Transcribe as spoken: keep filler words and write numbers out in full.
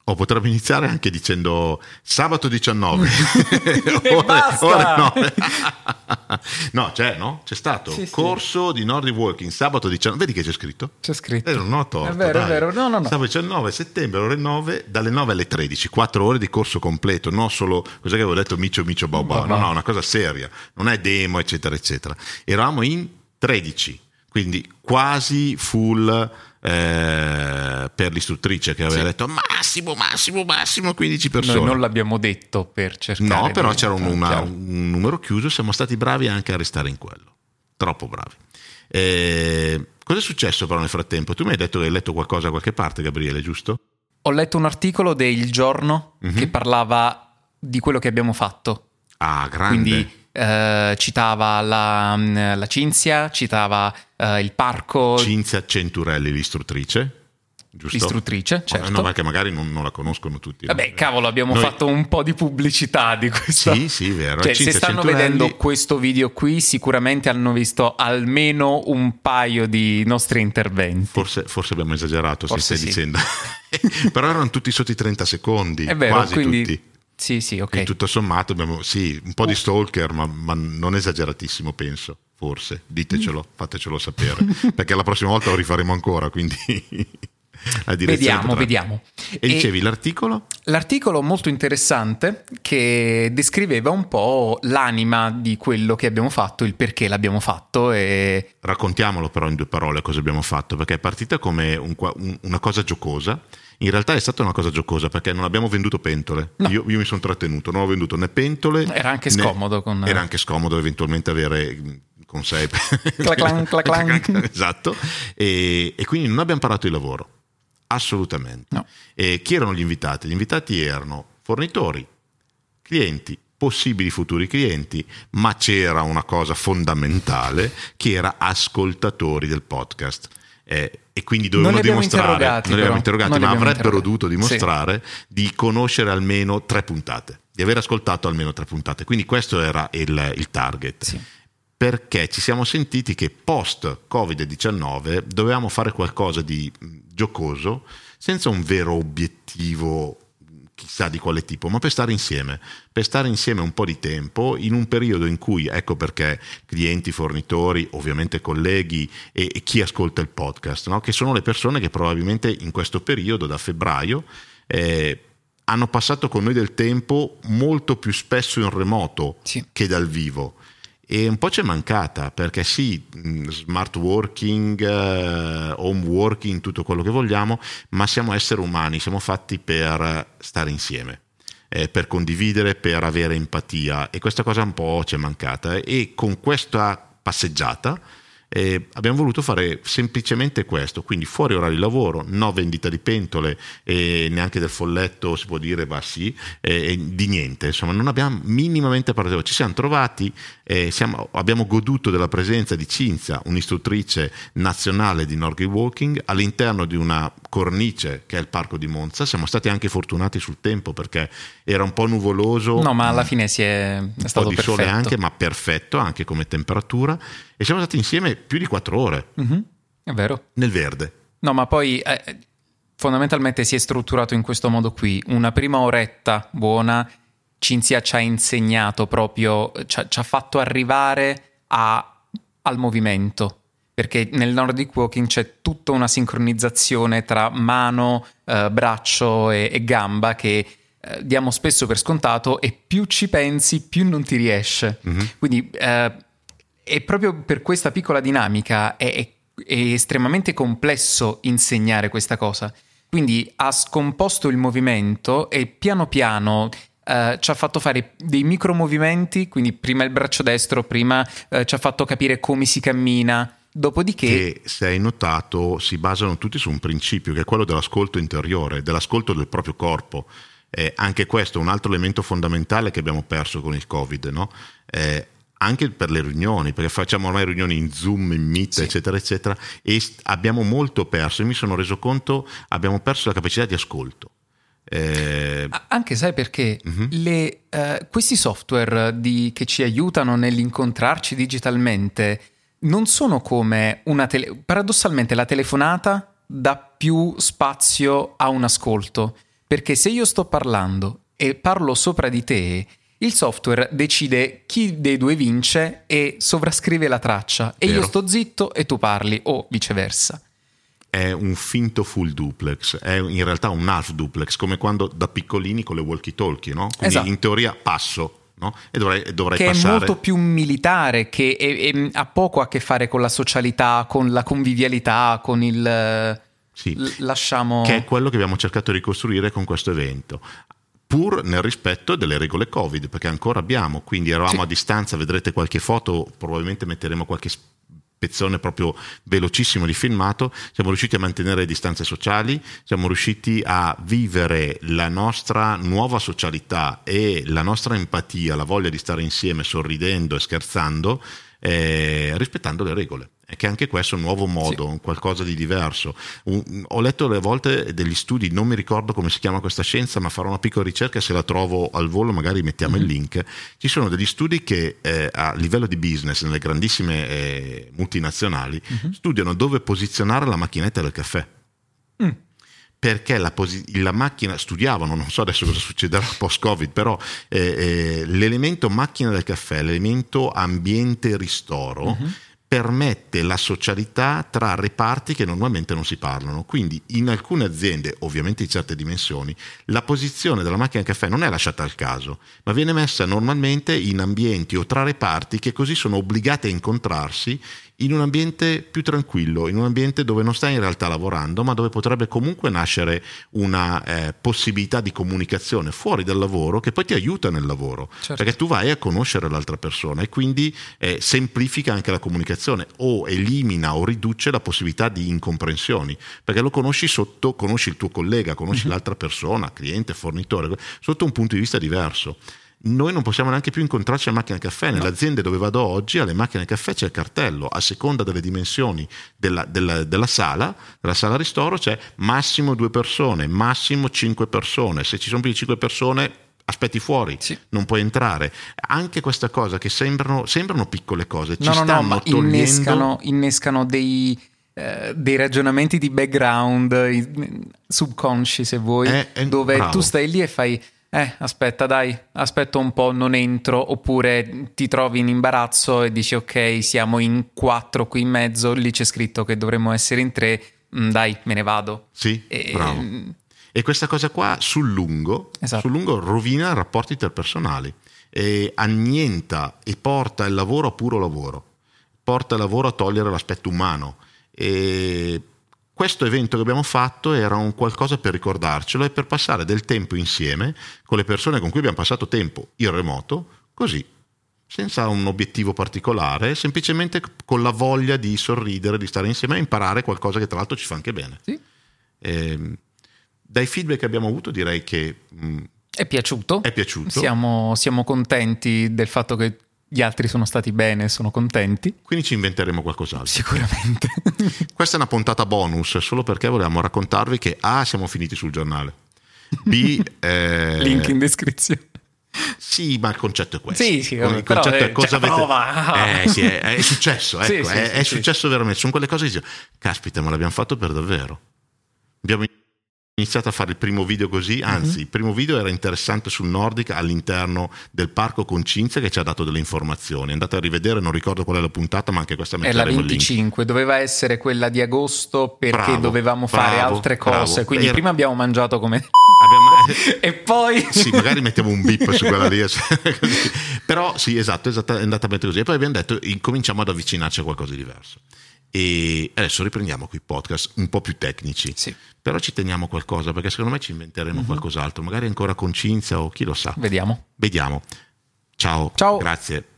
O potrebbe iniziare anche dicendo sabato diciannove e ore, basta. ore nove. No, c'è, no? C'è stato Sì, sì. corso di Nordic Walking sabato diciannove. Vedi che c'è scritto? C'è scritto. Eh, non ho torto, È vero, dai. è vero. No, no, no. Sabato diciannove settembre, ore nove, dalle nove alle tredici, quattro ore di corso completo, non solo, cos'è che avevo detto, micio micio bau bau, no, no, una cosa seria, non è demo, eccetera, eccetera. Eravamo in tredici, quindi quasi full eh, per l'istruttrice che aveva Sì. detto massimo, massimo, massimo quindici persone. Noi non l'abbiamo detto per cercare. No, però di... c'era un, una- Chiaro. un numero chiuso, siamo stati bravi anche a restare in quello, troppo bravi. Eh, cosa è successo però nel frattempo? Tu mi hai detto che hai letto qualcosa da qualche parte, Gabriele, giusto? Ho letto un articolo del Giorno Mhm. che parlava di quello che abbiamo fatto. Ah, grande. Quindi eh, citava la, la Cinzia, citava eh, il parco, Cinzia Centurelli, l'istruttrice, giusto? l'istruttrice, certo. No, perché magari non, non la conoscono tutti. no? Vabbè, cavolo, abbiamo Noi- fatto un po' di pubblicità di questo. Sì, sì, vero. Cioè, se Cinzia stanno Centurelli- vedendo questo video qui, sicuramente hanno visto almeno un paio di nostri interventi. Forse, forse abbiamo esagerato, Forse si stai sì. dicendo. Però erano tutti sotto i trenta secondi, È vero, quasi quindi tutti. sì, sì, ok. E tutto sommato abbiamo, sì, un po' di stalker, ma, ma non esageratissimo, penso. Forse, ditecelo, fatecelo sapere. Perché la prossima volta lo rifaremo ancora, quindi... la direzione Vediamo, potrà- vediamo. E dicevi l'articolo? L'articolo molto interessante che descriveva un po' l'anima di quello che abbiamo fatto, il perché l'abbiamo fatto e Raccontiamolo però in due parole cosa abbiamo fatto, perché è partita come un qua- un- una cosa giocosa. In realtà è stata una cosa giocosa perché non abbiamo venduto pentole. No. Io, io mi sono trattenuto, non ho venduto né pentole. Era anche né- scomodo con- Era anche scomodo eventualmente avere con sé. Claclan, claclan. Esatto. E, e quindi non abbiamo parlato di lavoro. Assolutamente. No. E chi erano gli invitati? Gli invitati erano fornitori, clienti, possibili futuri clienti, ma c'era una cosa fondamentale che era ascoltatori del podcast. Eh, e quindi dovevano Non li abbiamo dimostrare, interrogati, non li abbiamo però. interrogati, Non li ma abbiamo avrebbero interrogati. dovuto dimostrare di conoscere almeno tre puntate, di aver ascoltato almeno tre puntate. Quindi questo era il, il target. Sì. Perché ci siamo sentiti che post covid diciannove dovevamo fare qualcosa di mh, giocoso, senza un vero obiettivo chissà di quale tipo, ma per stare insieme, per stare insieme un po' di tempo in un periodo in cui, ecco perché clienti, fornitori, ovviamente colleghi e, e chi ascolta il podcast, no? Che sono le persone che probabilmente in questo periodo, da febbraio, eh, hanno passato con noi del tempo molto più spesso in remoto Sì. che dal vivo. E un po' c'è mancata, perché sì, mh, smart working, eh, home working, tutto quello che vogliamo, ma siamo esseri umani, siamo fatti per stare insieme, eh, per condividere, per avere empatia, e questa cosa un po' c'è mancata. E con questa passeggiata eh, abbiamo voluto fare semplicemente questo, quindi fuori orario di lavoro, no vendita di pentole e neanche del folletto, si può dire, va sì, eh, di niente, insomma non abbiamo minimamente parlato, ci siamo trovati, eh, siamo, abbiamo goduto della presenza di Cinzia, un'istruttrice nazionale di Nordic Walking, all'interno di una cornice che è il parco di Monza. Siamo stati anche fortunati sul tempo perché era un po' nuvoloso, No, ma alla fine si è, è un stato po' di perfetto. sole anche, ma perfetto anche come temperatura, e siamo stati insieme più di quattro ore Mhm, è vero. nel verde. No, ma poi eh, fondamentalmente si è strutturato in questo modo qui. Una prima oretta buona, Cinzia ci ha insegnato proprio, ci ha, ci ha fatto arrivare a, al movimento. Perché nel Nordic Walking c'è tutta una sincronizzazione tra mano, eh, braccio e, e gamba che eh, diamo spesso per scontato, e più ci pensi più non ti riesce. Mm-hmm. Quindi eh, è proprio per questa piccola dinamica è, è, è estremamente complesso insegnare questa cosa. Quindi ha scomposto il movimento e piano piano eh, ci ha fatto fare dei micromovimenti, quindi prima il braccio destro, prima eh, ci ha fatto capire come si cammina. Dopodiché, Che, se hai notato, si basano tutti su un principio che è quello dell'ascolto interiore, dell'ascolto del proprio corpo. Eh, anche questo è un altro elemento fondamentale che abbiamo perso con il Covid, no? Eh, anche per le riunioni, perché facciamo ormai riunioni in Zoom, in Meet, Sì. eccetera, eccetera, e st- abbiamo molto perso. Io mi sono reso conto, abbiamo perso la capacità di ascolto. Eh, a- anche sai perché Mhm. le, eh, questi software di, che ci aiutano nell'incontrarci digitalmente non sono come una tele- paradossalmente la telefonata dà più spazio a un ascolto, perché se io sto parlando e parlo sopra di te, il software decide chi dei due vince e sovrascrive la traccia, e Vero. io sto zitto e tu parli, o viceversa. È un finto full duplex, è in realtà un half duplex, come quando da piccolini con le walkie talkie, no? Quindi Esatto. in teoria passo, no? E dovrei, dovrei che passare. è molto più militare, che è, è, ha poco a che fare con la socialità, con la convivialità, con il... Sì. l- lasciamo... Che è quello che abbiamo cercato di ricostruire con questo evento, pur nel rispetto delle regole Covid, perché ancora abbiamo, quindi eravamo Sì. a distanza, vedrete qualche foto, probabilmente metteremo qualche spezzone proprio velocissimo di filmato. Siamo riusciti a mantenere le distanze sociali, siamo riusciti a vivere la nostra nuova socialità e la nostra empatia, la voglia di stare insieme sorridendo e scherzando, eh, rispettando le regole. E che anche questo è un nuovo modo, sì. qualcosa di diverso. Un, ho letto delle volte degli studi, non mi ricordo come si chiama questa scienza, ma farò una piccola ricerca, se la trovo al volo magari mettiamo mm-hmm. il link. Ci sono degli studi che eh, a livello di business, nelle grandissime eh, multinazionali, mm-hmm. studiano dove posizionare la macchinetta del caffè. Mm. Perché la, posi- la macchina, studiavano, non so adesso cosa succederà post-Covid, però eh, eh, l'elemento macchina del caffè, l'elemento ambiente ristoro, mm-hmm. permette la socialità tra reparti che normalmente non si parlano. Quindi in alcune aziende, ovviamente di certe dimensioni, la posizione della macchina del caffè non è lasciata al caso, ma viene messa normalmente in ambienti o tra reparti che così sono obbligati a incontrarsi in un ambiente più tranquillo, in un ambiente dove non stai in realtà lavorando, ma dove potrebbe comunque nascere una eh, possibilità di comunicazione fuori dal lavoro che poi ti aiuta nel lavoro, certo. perché tu vai a conoscere l'altra persona e quindi eh, semplifica anche la comunicazione o elimina o riduce la possibilità di incomprensioni, perché lo conosci sotto, conosci il tuo collega, conosci mm-hmm. l'altra persona, cliente, fornitore, sotto un punto di vista diverso. Noi non possiamo neanche più incontrarci a macchina del caffè. Nelle no. aziende dove vado oggi, alle macchine del caffè c'è il cartello, a seconda delle dimensioni della, della, della sala, della sala ristoro c'è massimo due persone, massimo cinque persone. Se ci sono più di cinque persone aspetti fuori, sì. non puoi entrare. Anche questa cosa che sembrano, sembrano piccole cose, ci no, no, stanno no, ma togliendo... innescano, innescano dei... Eh, dei ragionamenti di background eh, subconsci, se vuoi, è, è, dove bravo. tu stai lì e fai eh aspetta dai, aspetta un po', non entro, oppure ti trovi in imbarazzo e dici ok, siamo in quattro qui in mezzo, lì c'è scritto che dovremmo essere in tre, mm, dai, me ne vado. Sì, e, bravo. E questa cosa qua sul lungo, esatto. sul lungo rovina i rapporti interpersonali, e annienta e porta il lavoro a puro lavoro, porta il lavoro a togliere l'aspetto umano. E questo evento che abbiamo fatto era un qualcosa per ricordarcelo e per passare del tempo insieme con le persone con cui abbiamo passato tempo in remoto, così, senza un obiettivo particolare, semplicemente con la voglia di sorridere, di stare insieme e imparare qualcosa che tra l'altro ci fa anche bene. Sì. E, dai feedback che abbiamo avuto direi che mh, è piaciuto. È piaciuto. Siamo, siamo contenti del fatto che gli altri sono stati bene, sono contenti. Quindi ci inventeremo qualcos'altro. Sicuramente. Questa è una puntata bonus, solo perché volevamo raccontarvi che A, siamo finiti sul giornale, B... Eh, link in descrizione. Sì, ma il concetto è questo. Sì, sì, il concetto è cosa avete... prova. Eh, sì, è, è successo, ecco, sì, sì, è, sì, è sì. successo veramente. Sono quelle cose che dico, caspita, ma l'abbiamo fatto per davvero. Abbiamo iniziato a fare il primo video così, anzi mm-hmm. il primo video era interessante sul Nordic all'interno del parco con Cinzia, che ci ha dato delle informazioni. Andate a rivedere, non ricordo qual è la puntata, ma anche questa metteremo il link. È la venticinque, doveva essere quella di agosto perché bravo, dovevamo fare bravo, altre cose, bravo. quindi Era... prima abbiamo mangiato come abbiamo... e poi sì, magari mettiamo un bip su quella lì. Però sì, esatto, esatto, è esattamente così. E poi abbiamo detto incominciamo ad avvicinarci a qualcosa di diverso. E adesso riprendiamo quei podcast un po' più tecnici, sì. però ci teniamo qualcosa, perché secondo me ci inventeremo mm-hmm. qualcos'altro, magari ancora con Cinzia o chi lo sa. Vediamo. Vediamo. Ciao. Ciao. Grazie.